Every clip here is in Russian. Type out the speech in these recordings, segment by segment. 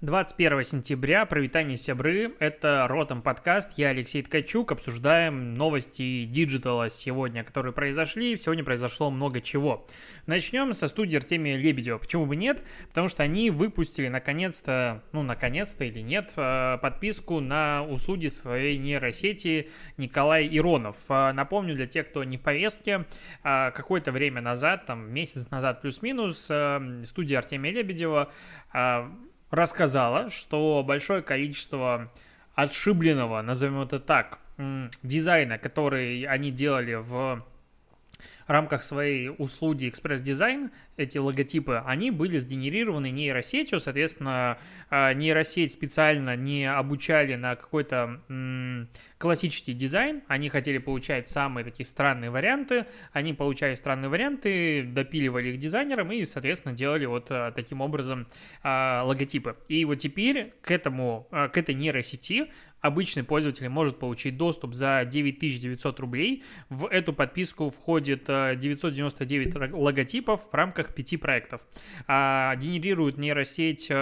21 сентября, провитание сябры, это Ротом подкаст, я Алексей Ткачук, обсуждаем новости диджитала сегодня, которые произошли, сегодня произошло много чего. Начнем со студии Артемия Лебедева, почему бы нет, потому что они выпустили наконец-то или нет, подписку на услуги своей нейросети Николай Иронов. Напомню для тех, кто не в повестке, какое-то время назад, месяц назад плюс-минус, студия Артемия Лебедева рассказала, что большое количество отшибленного, назовем это так, дизайна, который они делали в рамках своей услуги экспресс-дизайн, эти логотипы, они были сгенерированы нейросетью, соответственно, нейросеть специально не обучали на какой-то классический дизайн, они хотели получать самые такие странные варианты, они получали странные варианты, допиливали их дизайнерам и, соответственно, делали вот таким образом логотипы. И вот теперь к этой нейросети обычный пользователь может получить доступ за 9900 рублей. В эту подписку входит 999 логотипов в рамках 5 проектов. Генерирует нейросеть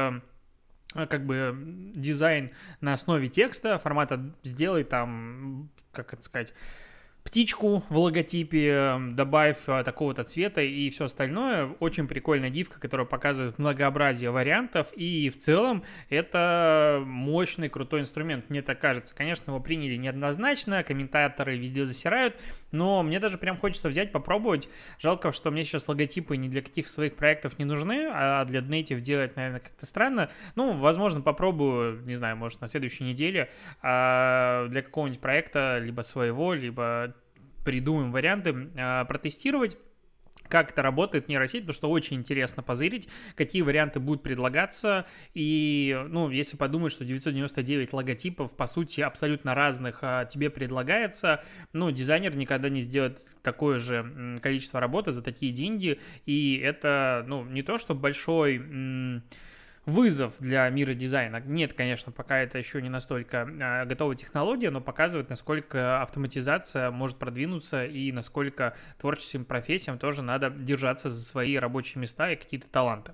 дизайн на основе текста, формата сделай птичку в логотипе, добавь такого-то цвета и все остальное. Очень прикольная гифка, которая показывает многообразие вариантов, и в целом это мощный, крутой инструмент, мне так кажется. Конечно, его приняли неоднозначно, комментаторы везде засирают, но мне даже прям хочется взять, попробовать. Жалко, что мне сейчас логотипы ни для каких своих проектов не нужны, а для Native делать, наверное, как-то странно. Возможно, попробую, не знаю, может, на следующей неделе для какого-нибудь проекта, либо своего, либо придумаем варианты, протестировать, как это работает нейросеть, потому что очень интересно позырить, какие варианты будут предлагаться, и, если подумать, что 999 логотипов, по сути, абсолютно разных тебе предлагается, дизайнер никогда не сделает такое же количество работы за такие деньги, и это, не то, что большой вызов для мира дизайна. Нет, конечно, пока это еще не настолько готовая технология, но показывает, насколько автоматизация может продвинуться и насколько творческим профессиям тоже надо держаться за свои рабочие места и какие-то таланты.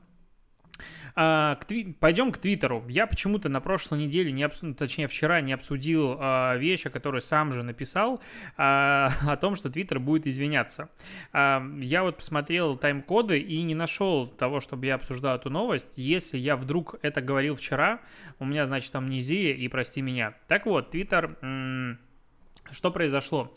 Пойдем к Твиттеру. Я почему-то на прошлой неделе, вчера не обсудил вещь, которую сам же написал, о том, что Твиттер будет извиняться. Я вот посмотрел тайм-коды и не нашел того, чтобы я обсуждал эту новость. Если я вдруг это говорил вчера, у меня, значит, амнезия, и прости меня. Так вот, Твиттер... Что произошло?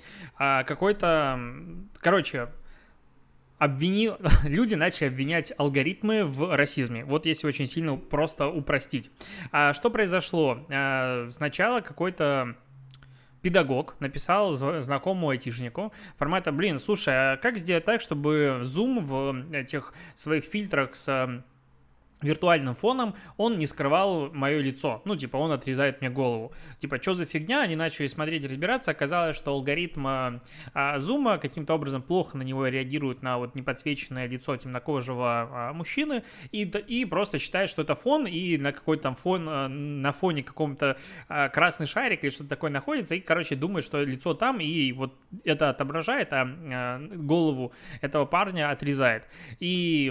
Люди начали обвинять алгоритмы в расизме. Вот если очень сильно просто упростить. Что произошло? Сначала какой-то педагог написал знакомому айтишнику формата: слушай, а как сделать так, чтобы Zoom в этих своих фильтрах с виртуальным фоном он не скрывал мое лицо, он отрезает мне голову. Что за фигня? Они начали смотреть, разбираться, оказалось, что алгоритм зума каким-то образом плохо на него реагирует, на вот неподсвеченное лицо темнокожего мужчины, и просто считает, что это фон, и на какой-то фон, на фоне каком-то красный шарик или что-то такое находится, и, думает, что лицо там, и вот это отображает, а голову этого парня отрезает. И...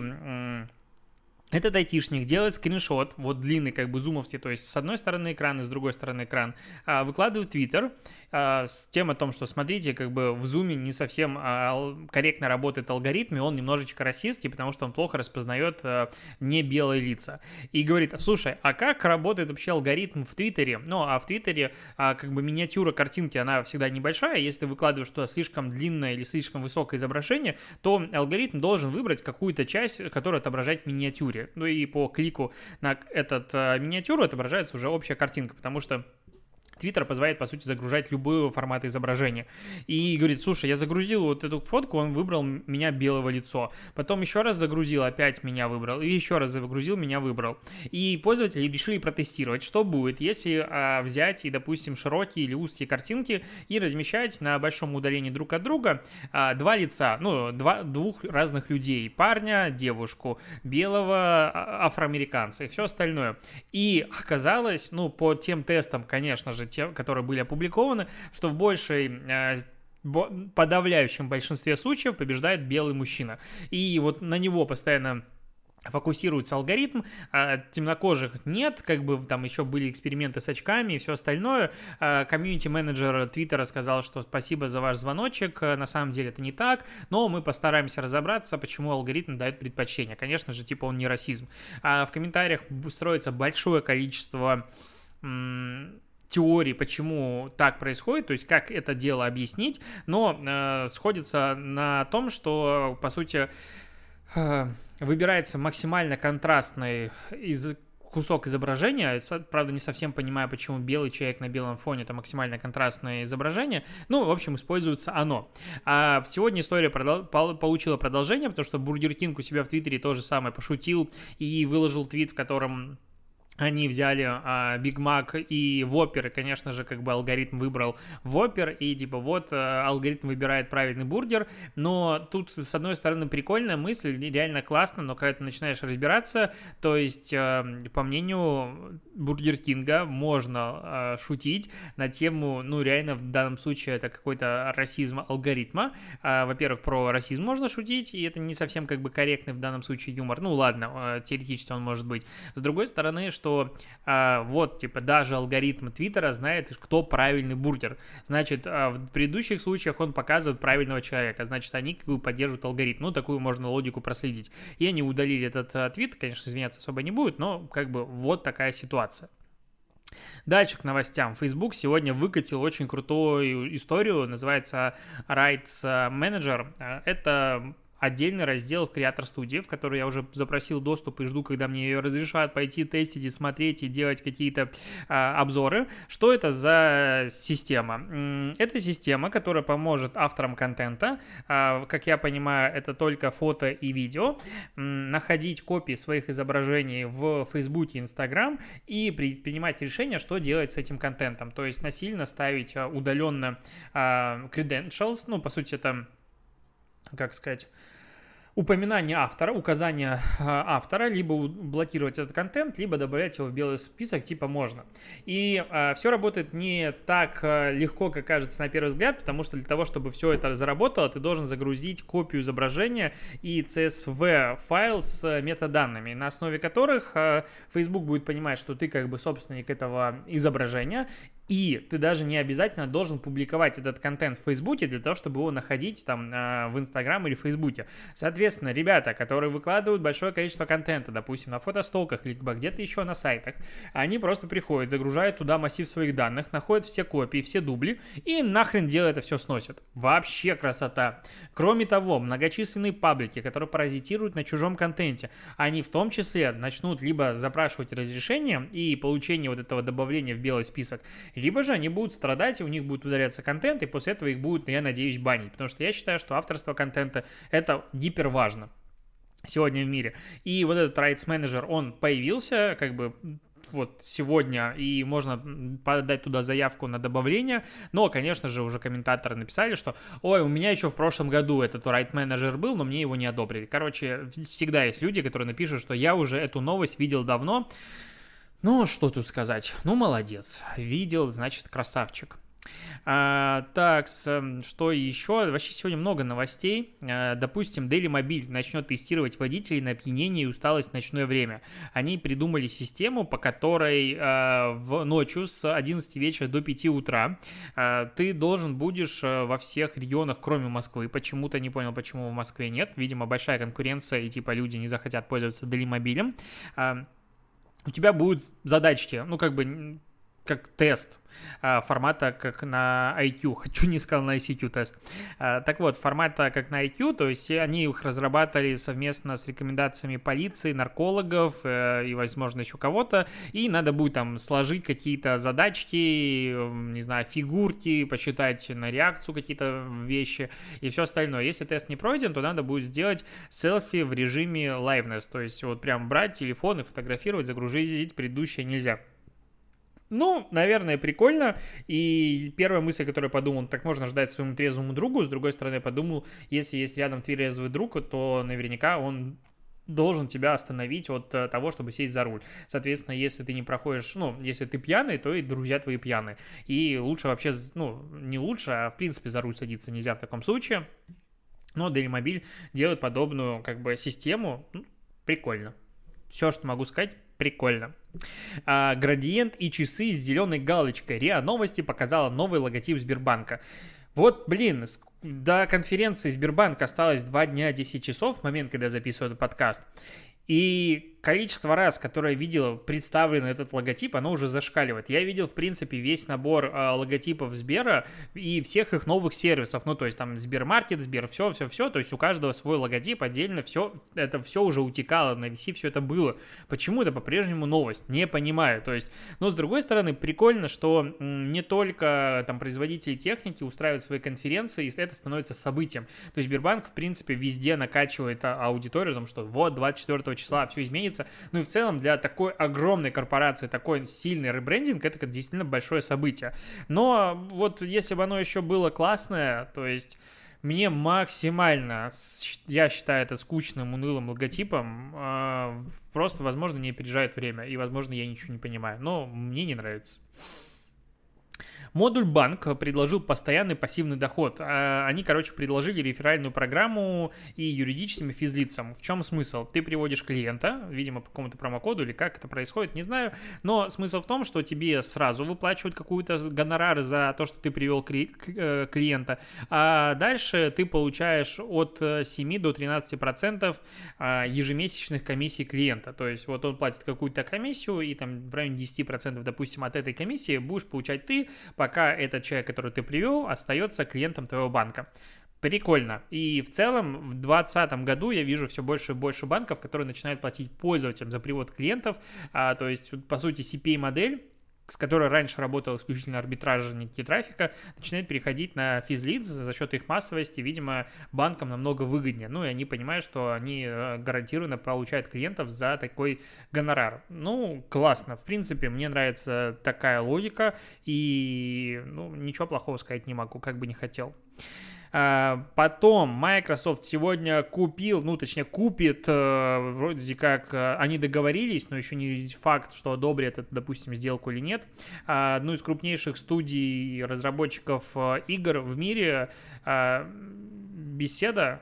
Этот айтишник делает скриншот, вот длинный зумовский, то есть с одной стороны экран и с другой стороны экран, выкладывает в Твиттер с тем о том, что смотрите, в зуме не совсем корректно работает алгоритм, и он немножечко расистский, потому что он плохо распознает не белые лица. И говорит: слушай, а как работает вообще алгоритм в Твиттере? А в Твиттере миниатюра картинки, она всегда небольшая, если выкладываешь туда слишком длинное или слишком высокое изображение, то алгоритм должен выбрать какую-то часть, которая отображает миниатюре. И по клику на этот миниатюру отображается уже общая картинка, потому что Твиттер позволяет, по сути, загружать любые форматы изображения. И говорит: слушай, я загрузил вот эту фотку, он выбрал меня белого лицо. Потом еще раз загрузил, опять меня выбрал. И еще раз загрузил, меня выбрал. И пользователи решили протестировать, что будет, если взять и, допустим, широкие или узкие картинки и размещать на большом удалении друг от друга два лица, двух разных людей. Парня, девушку, белого афроамериканца и все остальное. И оказалось, по тем тестам, конечно же, те, которые были опубликованы, что в подавляющем большинстве случаев побеждает белый мужчина. И вот на него постоянно фокусируется алгоритм, а темнокожих нет, как бы там еще были эксперименты с очками и все остальное. Комьюнити-менеджер Твиттера сказал, что спасибо за ваш звоночек, на самом деле это не так, но мы постараемся разобраться, почему алгоритм дает предпочтение. Конечно же, типа он не расизм. А в комментариях строится большое количество теорий, почему так происходит, то есть как это дело объяснить, но сходится на том, что, по сути, выбирается максимально контрастный кусок изображения. Правда, не совсем понимаю, почему белый человек на белом фоне — это максимально контрастное изображение. Ну, в общем, используется оно. А сегодня история получила продолжение, потому что Бургер Кинг у себя в Твиттере то же самое пошутил и выложил твит, в котором они взяли Биг Мак и Воппер, и, конечно же, как бы алгоритм выбрал Воппер, и типа вот алгоритм выбирает правильный бургер, но тут, с одной стороны, прикольная мысль, реально классно, но когда ты начинаешь разбираться, то есть, по мнению Бургер Кинга, можно шутить на тему, ну, реально, в данном случае это какой-то расизм алгоритма. Во-первых, про расизм можно шутить, и это не совсем как бы корректный в данном случае юмор, ну, ладно, теоретически он может быть. С другой стороны, что вот, типа, даже алгоритм Твиттера знает, кто правильный бургер. Значит, в предыдущих случаях он показывает правильного человека, значит, они как бы поддерживают алгоритм. Ну, такую можно логику проследить. И они удалили этот твит, конечно, извиняться особо не будет, но как бы вот такая ситуация. Дальше к новостям. Facebook сегодня выкатил очень крутую историю, называется Rights Manager. Это отдельный раздел в Creator Studio, в который я уже запросил доступ и жду, когда мне ее разрешат пойти тестить и смотреть и делать какие-то обзоры. Что это за система? Это система, которая поможет авторам контента, как я понимаю, это только фото и видео, находить копии своих изображений в Facebook и Instagram и принимать решение, что делать с этим контентом. То есть насильно ставить удаленно credentials, ну, по сути, это, как сказать, упоминание автора, указание автора, либо блокировать этот контент, либо добавлять его в белый список, типа можно. И все работает не так легко, как кажется на первый взгляд, потому что для того, чтобы все это заработало, ты должен загрузить копию изображения и CSV файл с метаданными, на основе которых Facebook будет понимать, что ты как бы собственник этого изображения, и ты даже не обязательно должен публиковать этот контент в Фейсбуке для того, чтобы его находить там в Инстаграм или в Фейсбуке. Соответственно, ребята, которые выкладывают большое количество контента, допустим, на фотостолках, либо где-то еще на сайтах, они просто приходят, загружают туда массив своих данных, находят все копии, все дубли и нахрен дело это все сносят. Вообще красота. Кроме того, многочисленные паблики, которые паразитируют на чужом контенте, они в том числе начнут либо запрашивать разрешение и получение вот этого добавления в белый список, либо же они будут страдать, и у них будет удаляться контент, и после этого их будут, я надеюсь, банить. Потому что я считаю, что авторство контента — это гипер важно сегодня в мире. И вот этот Rights Manager, он появился как бы вот сегодня, и можно подать туда заявку на добавление, но, конечно же, уже комментаторы написали, что ой, у меня еще в прошлом году этот Right Manager был, но мне его не одобрили. Короче, всегда есть люди, которые напишут, что я уже эту новость видел давно. Ну, что тут сказать? Ну, молодец. Видел, значит, красавчик. Так, что еще? Вообще сегодня много новостей. Допустим, Daily Mobile начнет тестировать водителей на опьянение и усталость в ночное время. Они придумали систему, по которой в ночью с 11 вечера до 5 утра ты должен будешь во всех регионах, кроме Москвы. Почему-то не понял, почему в Москве нет. Видимо, большая конкуренция, и типа люди не захотят пользоваться Daily Mobile. У тебя будут задачки, ну, как бы, как тест формата, как на IQ. Хочу не сказал на ICQ тест. Так вот, формата, как на IQ, то есть они их разрабатывали совместно с рекомендациями полиции, наркологов и, возможно, еще кого-то, и надо будет там сложить какие-то задачки, не знаю, фигурки, посчитать на реакцию какие-то вещи и все остальное. Если тест не пройден, то надо будет сделать селфи в режиме liveness, то есть вот прям брать телефон и фотографировать, загрузить предыдущее нельзя. Ну, наверное, прикольно, и первая мысль, которую я подумал, так можно ждать своему трезвому другу, с другой стороны, я подумал, если есть рядом трезвый друг, то наверняка он должен тебя остановить от того, чтобы сесть за руль. Соответственно, если ты не проходишь, ну, если ты пьяный, то и друзья твои пьяные. И лучше вообще, ну, не лучше, а в принципе за руль садиться нельзя в таком случае. Но Daily Mobile делает подобную, как бы, систему. Прикольно. Все, что могу сказать, прикольно. Градиент и часы с зеленой галочкой. РИА Новости показала новый логотип Сбербанка. Вот, блин, до конференции Сбербанка осталось 2 дня 10 часов, в момент, когда я записываю этот подкаст. И количество раз, которое я видел представленный этот логотип, оно уже зашкаливает. Я видел, в принципе, весь набор логотипов Сбера и всех их новых сервисов. Ну, то есть там Сбермаркет, Сбер, все. То есть у каждого свой логотип отдельно, это все уже утекало, на VC все это было. Почему это по-прежнему новость? Не понимаю. То есть, но с другой стороны, прикольно, что не только там производители техники устраивают свои конференции, и это становится событием. То есть Сбербанк, в принципе, везде накачивает аудиторию, потому что вот 24 числа все изменится. Ну и в целом для такой огромной корпорации такой сильный ребрендинг это действительно большое событие. Но вот если бы оно еще было классное, то есть мне максимально, я считаю это скучным, унылым логотипом, просто, возможно, не опережает время, и, возможно, я ничего не понимаю, но мне не нравится. Модуль банк предложил постоянный пассивный доход. Они, предложили реферальную программу и юридическим и физлицам. В чем смысл? Ты приводишь клиента, видимо, по какому-то промокоду или как это происходит, не знаю, но смысл в том, что тебе сразу выплачивают какую-то гонорар за то, что ты привел клиента, а дальше ты получаешь от 7 до 13% ежемесячных комиссий клиента. То есть вот он платит какую-то комиссию, и там в районе 10%, допустим, от этой комиссии будешь получать ты, пока этот человек, который ты привел, остается клиентом твоего банка. Прикольно. И в целом в 2020 году я вижу все больше и больше банков, которые начинают платить пользователям за привод клиентов. То есть, по сути, CPA-модель, с которой раньше работал исключительно арбитражники трафика, начинает переходить на физлидс за счет их массовости. Видимо, банкам намного выгоднее. Ну, и они понимают, что они гарантированно получают клиентов за такой гонорар. Ну, классно. В принципе, мне нравится такая логика, и ничего плохого сказать не могу, как бы не хотел. Потом Microsoft сегодня купит, вроде как они договорились, но еще не факт, что одобрят, допустим, сделку или нет. Одну из крупнейших студий разработчиков игр в мире, Bethesda.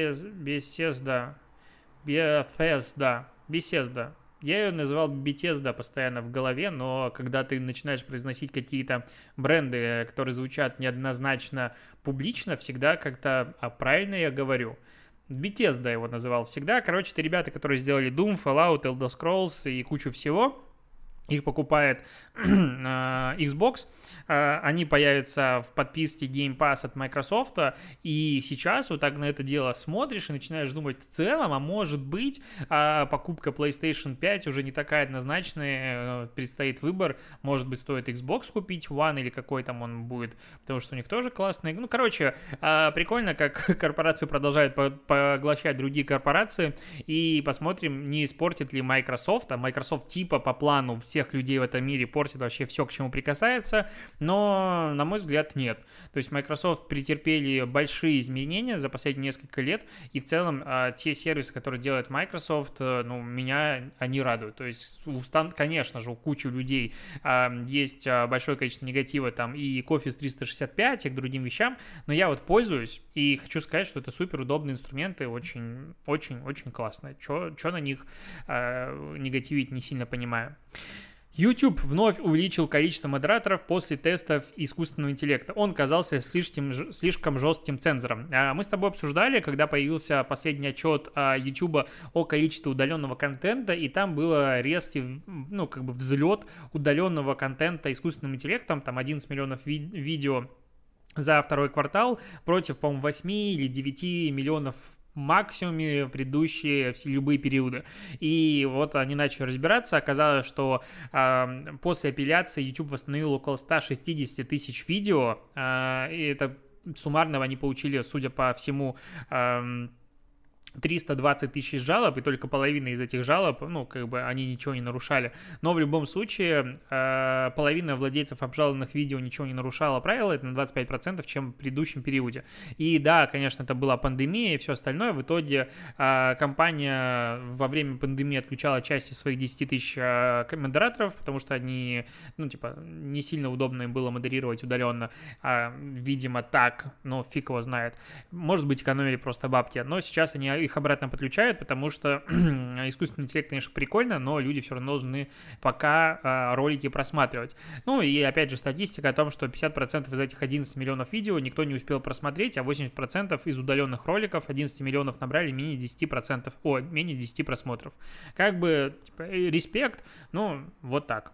Я ее называл Bethesda постоянно в голове, но когда ты начинаешь произносить какие-то бренды, которые звучат неоднозначно публично, всегда как-то правильно я говорю. Bethesda его называл всегда. Короче, это ребята, которые сделали Doom, Fallout, Elder Scrolls и кучу всего. Их покупает Xbox, они появятся в подписке Game Pass от Microsoft, и сейчас вот так на это дело смотришь и начинаешь думать в целом, а может быть покупка PlayStation 5 уже не такая однозначная, предстоит выбор, может быть стоит Xbox купить One или какой там он будет, потому что у них тоже классный. Ну, короче, прикольно, как корпорации продолжают поглощать другие корпорации, и посмотрим, не испортит ли Microsoft, Microsoft типа по плану всех людей в этом мире портит вообще все, к чему прикасается, но, на мой взгляд, нет. То есть Microsoft претерпели большие изменения за последние несколько лет, и в целом те сервисы, которые делает Microsoft, меня они радуют. То есть, конечно же, у кучи людей есть большое количество негатива там и к Office 365, и к другим вещам, но я вот пользуюсь, и хочу сказать, что это супер удобные инструменты, очень классные. Чё на них негативить не сильно понимаю. YouTube вновь увеличил количество модераторов после тестов искусственного интеллекта. Он казался слишком жестким цензором. Мы с тобой обсуждали, когда появился последний отчет YouTube о количестве удаленного контента, и там было резкий, взлет удаленного контента искусственным интеллектом, там 11 миллионов видео за второй квартал против, по-моему, 8 или 9 миллионов в максимуме в предыдущие любые периоды. И вот они начали разбираться. Оказалось, что после апелляции YouTube восстановил около 160 тысяч видео. И это суммарно они получили, судя по всему, 320 тысяч жалоб, и только половина из этих жалоб, они ничего не нарушали. Но в любом случае, половина владельцев обжалованных видео ничего не нарушала правила, это на 25%, чем в предыдущем периоде. И да, конечно, это была пандемия и все остальное. В итоге компания во время пандемии отключала часть из своих 10 тысяч модераторов, потому что они, не сильно удобно им было модерировать удаленно. Видимо, так, но фиг его знает. Может быть, экономили просто бабки. Но сейчас они их обратно подключают, потому что искусственный интеллект, конечно, прикольно, но люди все равно должны пока ролики просматривать. Ну и опять же статистика о том, что 50% из этих 11 миллионов видео никто не успел просмотреть, а 80% из удаленных роликов 11 миллионов набрали менее 10 просмотров. Как бы, типа, респект, ну, вот так.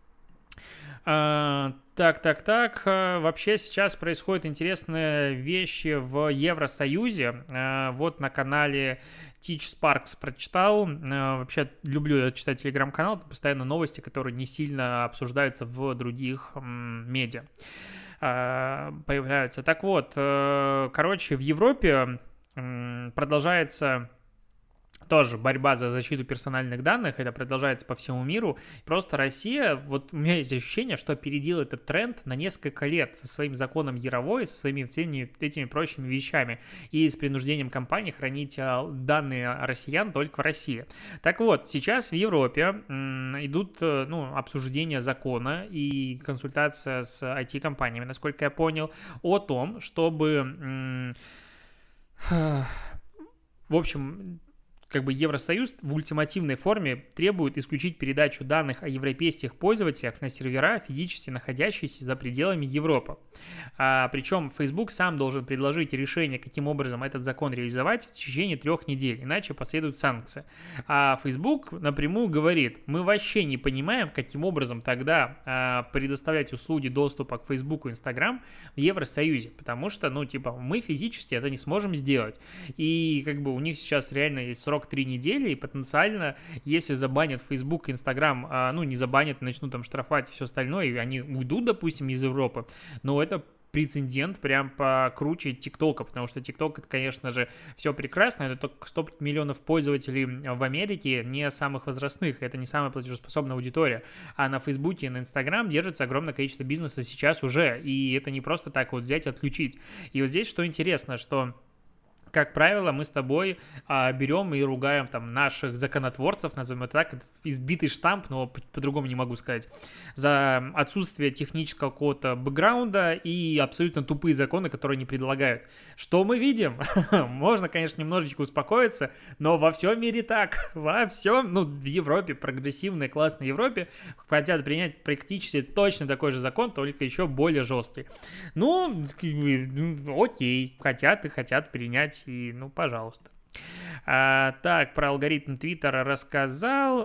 Вообще сейчас происходят интересные вещи в Евросоюзе. Вот на канале Teach Sparks прочитал. Вообще люблю читать телеграм-канал, постоянно новости, которые не сильно обсуждаются в других медиа, появляются. Так вот, короче, в Европе продолжается тоже борьба за защиту персональных данных, это продолжается по всему миру. Просто Россия, вот у меня есть ощущение, что опередила этот тренд на несколько лет со своим законом Яровой, со своими всеми этими прочими вещами и с принуждением компаний хранить данные россиян только в России. Так вот, сейчас в Европе идут обсуждения закона и консультация с IT-компаниями, насколько я понял, о том, чтобы, в общем, как бы Евросоюз в ультимативной форме требует исключить передачу данных о европейских пользователях на сервера, физически находящиеся за пределами Европы. Причем Facebook сам должен предложить решение, каким образом этот закон реализовать в течение 3 недель, иначе последуют санкции. А Facebook напрямую говорит, мы вообще не понимаем, каким образом тогда предоставлять услуги доступа к Facebook и Instagram в Евросоюзе, потому что, мы физически это не сможем сделать. И как бы у них сейчас реально есть срок 3 недели, и потенциально, если забанят Facebook и Instagram, не забанят, начнут там штрафовать и все остальное, и они уйдут, допустим, из Европы, но это прецедент прям покруче ТикТока, потому что ТикТок, это, конечно же, все прекрасно, это только 100 миллионов пользователей в Америке, не самых возрастных, это не самая платежеспособная аудитория, а на Фейсбуке и на Инстаграм держится огромное количество бизнеса сейчас уже, и это не просто так вот взять и отключить. И вот здесь что интересно, что как правило, мы с тобой берем и ругаем там наших законотворцев, назовем это так, избитый штамп, но по-другому не могу сказать, за отсутствие технического какого-то бэкграунда и абсолютно тупые законы, которые они предлагают. Что мы видим? Можно, конечно, немножечко успокоиться, но во всем мире так, во всем, в Европе, прогрессивной, классной Европе, хотят принять практически точно такой же закон, только еще более жесткий. Окей, хотят принять. И, пожалуйста. Так, про алгоритм Твиттера рассказал.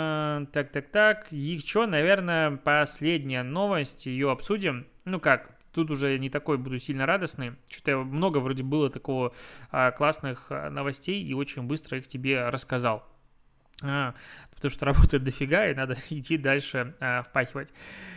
Еще, наверное, последняя новость, ее обсудим. Тут уже не такой буду сильно радостный. Что-то много вроде было такого классных новостей, и очень быстро их тебе рассказал. Потому что работает дофига, и надо идти дальше впахивать.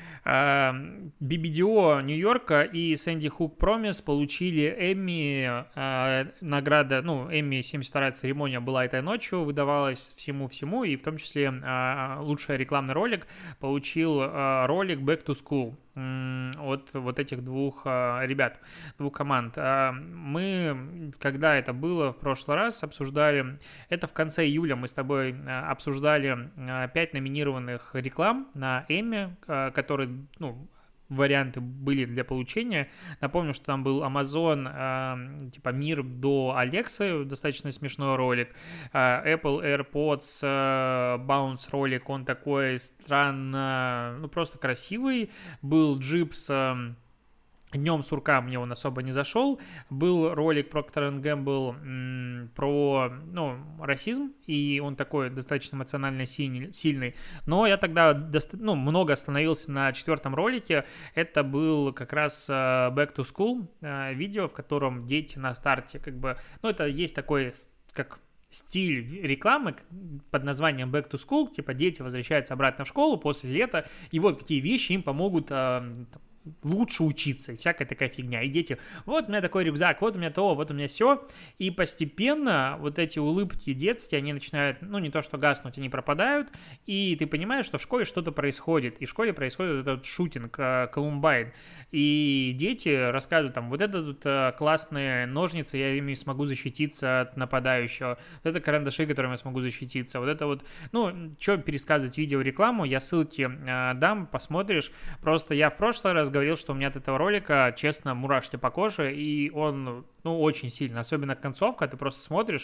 BBDO Нью-Йорка и Sandy Hook Promise получили Эмми, награда, Эмми 72-я церемония была этой ночью, выдавалась всему-всему, и в том числе лучший рекламный ролик получил ролик Back to School от вот этих двух ребят, двух команд. Мы, когда это было в прошлый раз, обсуждали, это в конце июля мы с тобой обсуждали 5 номинированных реклам на Эмми, которые, варианты были для получения. Напомню, что там был Amazon, мир до Алексы, достаточно смешной ролик. Apple AirPods Bounce ролик, он такой странно, просто красивый. Был Jeep с Днем сурка, мне он особо не зашел. Был ролик Procter & Gamble про, расизм, и он такой достаточно эмоционально сильный. Но я тогда, много остановился на 4-м ролике. Это был как раз Back to School видео, в котором дети на старте, это есть такой, как стиль рекламы под названием Back to School, дети возвращаются обратно в школу после лета, и вот какие вещи им помогут лучше учиться, и всякая такая фигня. И дети, вот у меня такой рюкзак, вот у меня то, вот у меня все. И постепенно вот эти улыбки детские, они начинают, не то что гаснуть, они пропадают, и ты понимаешь, что в школе что-то происходит. И в школе происходит этот шутинг, Колумбайн. И дети рассказывают, вот это тут классные ножницы, я ими смогу защититься от нападающего. Вот это карандаши, которыми я смогу защититься. Вот это вот, что пересказывать видеорекламу, я ссылки дам, посмотришь. Просто я в прошлый раз говорил, что у меня от этого ролика, честно, мурашки по коже, и он, очень сильно, особенно концовка, ты просто смотришь,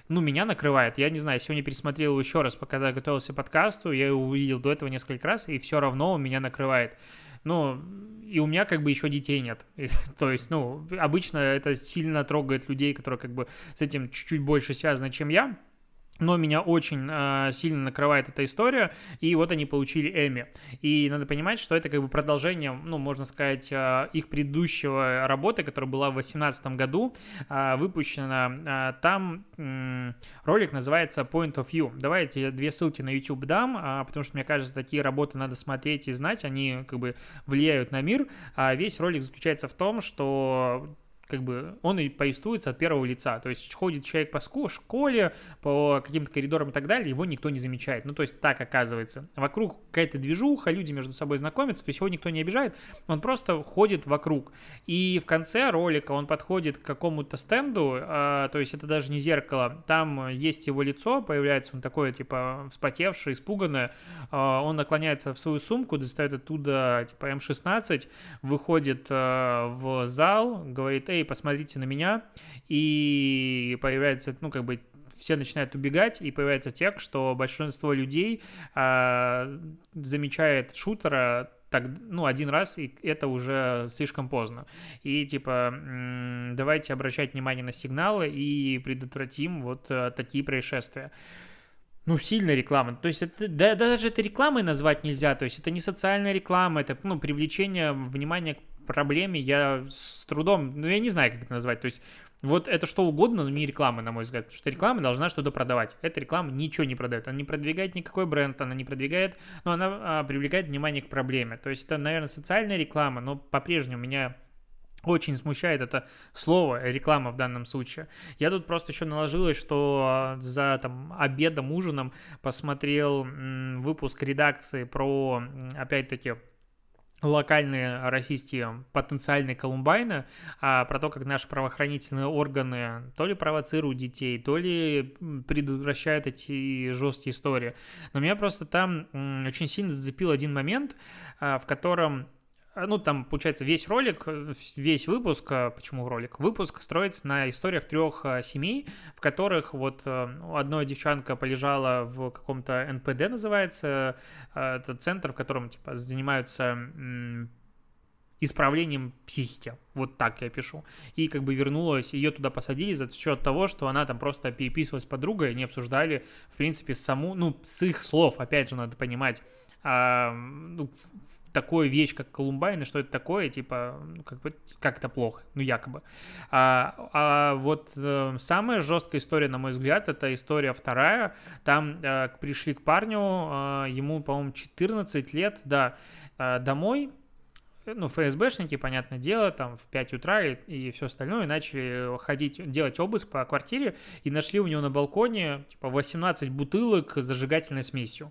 ну, меня накрывает. Я не знаю, сегодня пересмотрел его еще раз, пока я готовился к подкасту, я его увидел до этого несколько раз, и все равно он меня накрывает. Ну, и у меня как бы еще детей нет. То есть, ну, обычно это сильно трогает людей, которые как бы с этим чуть-чуть больше связаны, чем я. Но меня очень сильно накрывает эта история, и вот они получили Эмми. И надо понимать, что это как бы продолжение, ну, можно сказать, их предыдущего работы, которая была в 2018 году, выпущена. Там ролик называется Point of View. Давайте я 2 ссылки на YouTube дам, потому что, мне кажется, такие работы надо смотреть и знать, они как бы влияют на мир. Весь ролик заключается в том, что как бы он и повествуется от первого лица, то есть ходит человек по школе, по каким-то коридорам и так далее, его никто не замечает, ну то есть так оказывается. Вокруг какая-то движуха, люди между собой знакомятся, то есть его никто не обижает, он просто ходит вокруг. И в конце ролика он подходит к какому-то стенду, то есть это даже не зеркало, там есть его лицо, появляется он такое типа вспотевшее, испуганное, он наклоняется в свою сумку, достает оттуда типа М16, выходит в зал, говорит: эй, посмотрите на меня, и появляется, ну, как бы, все начинают убегать, и появляется текст, что большинство людей замечает шутера так, ну, один раз, и это уже слишком поздно. И, типа, давайте обращать внимание на сигналы и предотвратим вот такие происшествия. Ну, сильная реклама. То есть, это, да, даже это рекламой назвать нельзя. То есть, это не социальная реклама, это, ну, привлечение внимания к проблеме. Я с трудом, ну, я не знаю, как это назвать. То есть, вот это что угодно, но не реклама, на мой взгляд. Потому что реклама должна что-то продавать. Эта реклама ничего не продает. Она не продвигает никакой бренд, она не продвигает, но она привлекает внимание к проблеме. То есть, это, наверное, социальная реклама, но по-прежнему меня очень смущает это слово реклама в данном случае. Я тут просто еще наложилось, что за там обедом, ужином посмотрел выпуск редакции про, опять-таки, локальные российские потенциальные колумбайны, про то, как наши правоохранительные органы то ли провоцируют детей, то ли предотвращают эти жесткие истории. Но меня просто там очень сильно зацепил один момент, в котором, ну, там, получается, весь ролик, весь выпуск, почему ролик? Выпуск строится на историях 3 семей, в которых вот одна девчонка полежала в каком-то НПД, называется, это центр, в котором, типа, занимаются исправлением психики, вот так я пишу, и как бы вернулась, ее туда посадили за счет того, что она там просто переписывалась с подругой, они обсуждали, в принципе, саму, ну, с их слов, опять же, надо понимать, ну, такую вещь, как Колумбайн, и что это такое, типа, ну, как это плохо, ну, якобы. Вот самая жесткая история, на мой взгляд, это история вторая. Там пришли к парню, ему, по-моему, 14 лет, да, домой, ну, ФСБшники, понятное дело, там в 5 утра и все остальное, начали ходить, делать обыск по квартире, и нашли у него на балконе, типа, 18 бутылок с зажигательной смесью.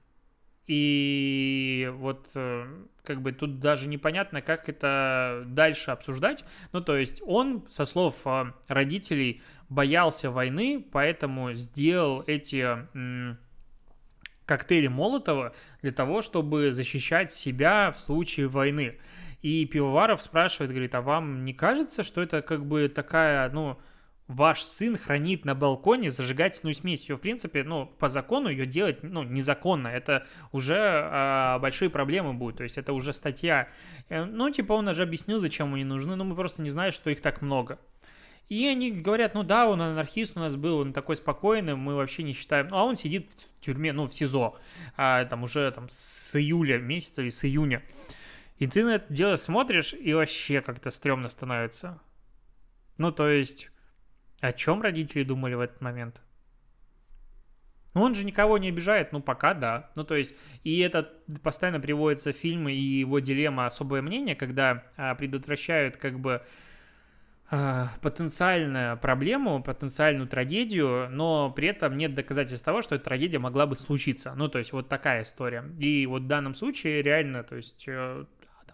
И вот как бы тут даже непонятно, как это дальше обсуждать. Ну, то есть он, со слов родителей, боялся войны, поэтому сделал эти коктейли Молотова для того, чтобы защищать себя в случае войны. И Пивоваров спрашивает, говорит: а вам не кажется, что это как бы такая, ну, ваш сын хранит на балконе зажигательную смесь? Ее, в принципе, ну, по закону ее делать, ну, незаконно. Это уже большие проблемы будут. То есть это уже статья. Ну, типа, он уже объяснил, зачем они нужны, но мы просто не знаем, что их так много. И они говорят: ну да, он анархист у нас был, он такой спокойный, мы вообще не считаем. Ну, а он сидит в тюрьме, ну, в СИЗО, там уже там с июля месяца или с июня. И ты на это дело смотришь, и вообще как-то стрёмно становится. Ну, то есть, о чем родители думали в этот момент? Ну, он же никого не обижает, ну, пока да. Ну, то есть, и это постоянно приводится в фильмы, и его дилемма «Особое мнение», когда предотвращают как бы потенциальную проблему, потенциальную трагедию, но при этом нет доказательств того, что эта трагедия могла бы случиться. Ну, то есть, вот такая история. И вот в данном случае реально, то есть, там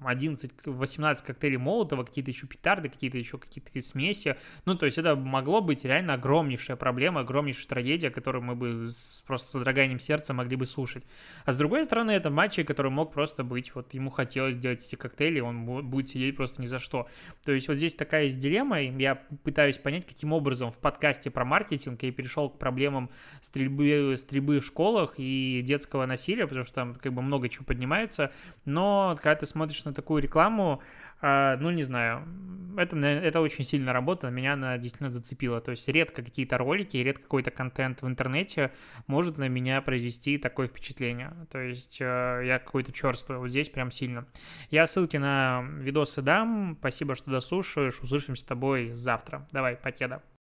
там 11-18 коктейлей Молотова, какие-то еще петарды, какие-то смеси. Ну, то есть это могло быть реально огромнейшая проблема, огромнейшая трагедия, которую мы бы просто с содроганием сердца могли бы слушать. А с другой стороны, это мальчик, который мог просто быть, вот ему хотелось сделать эти коктейли, он будет сидеть просто ни за что. То есть вот здесь такая есть дилемма, и я пытаюсь понять, каким образом в подкасте про маркетинг я перешел к проблемам стрельбы в школах и детского насилия, потому что там как бы много чего поднимается, но когда ты смотришь на такую рекламу, ну, не знаю, это очень сильно работа, меня она действительно зацепила. То есть редко какие-то ролики, редко какой-то контент в интернете может на меня произвести такое впечатление. То есть я какой-то черствый, вот здесь прям сильно. Я ссылки на видосы дам, спасибо, что дослушаешь, услышимся с тобой завтра. Давай, покеда.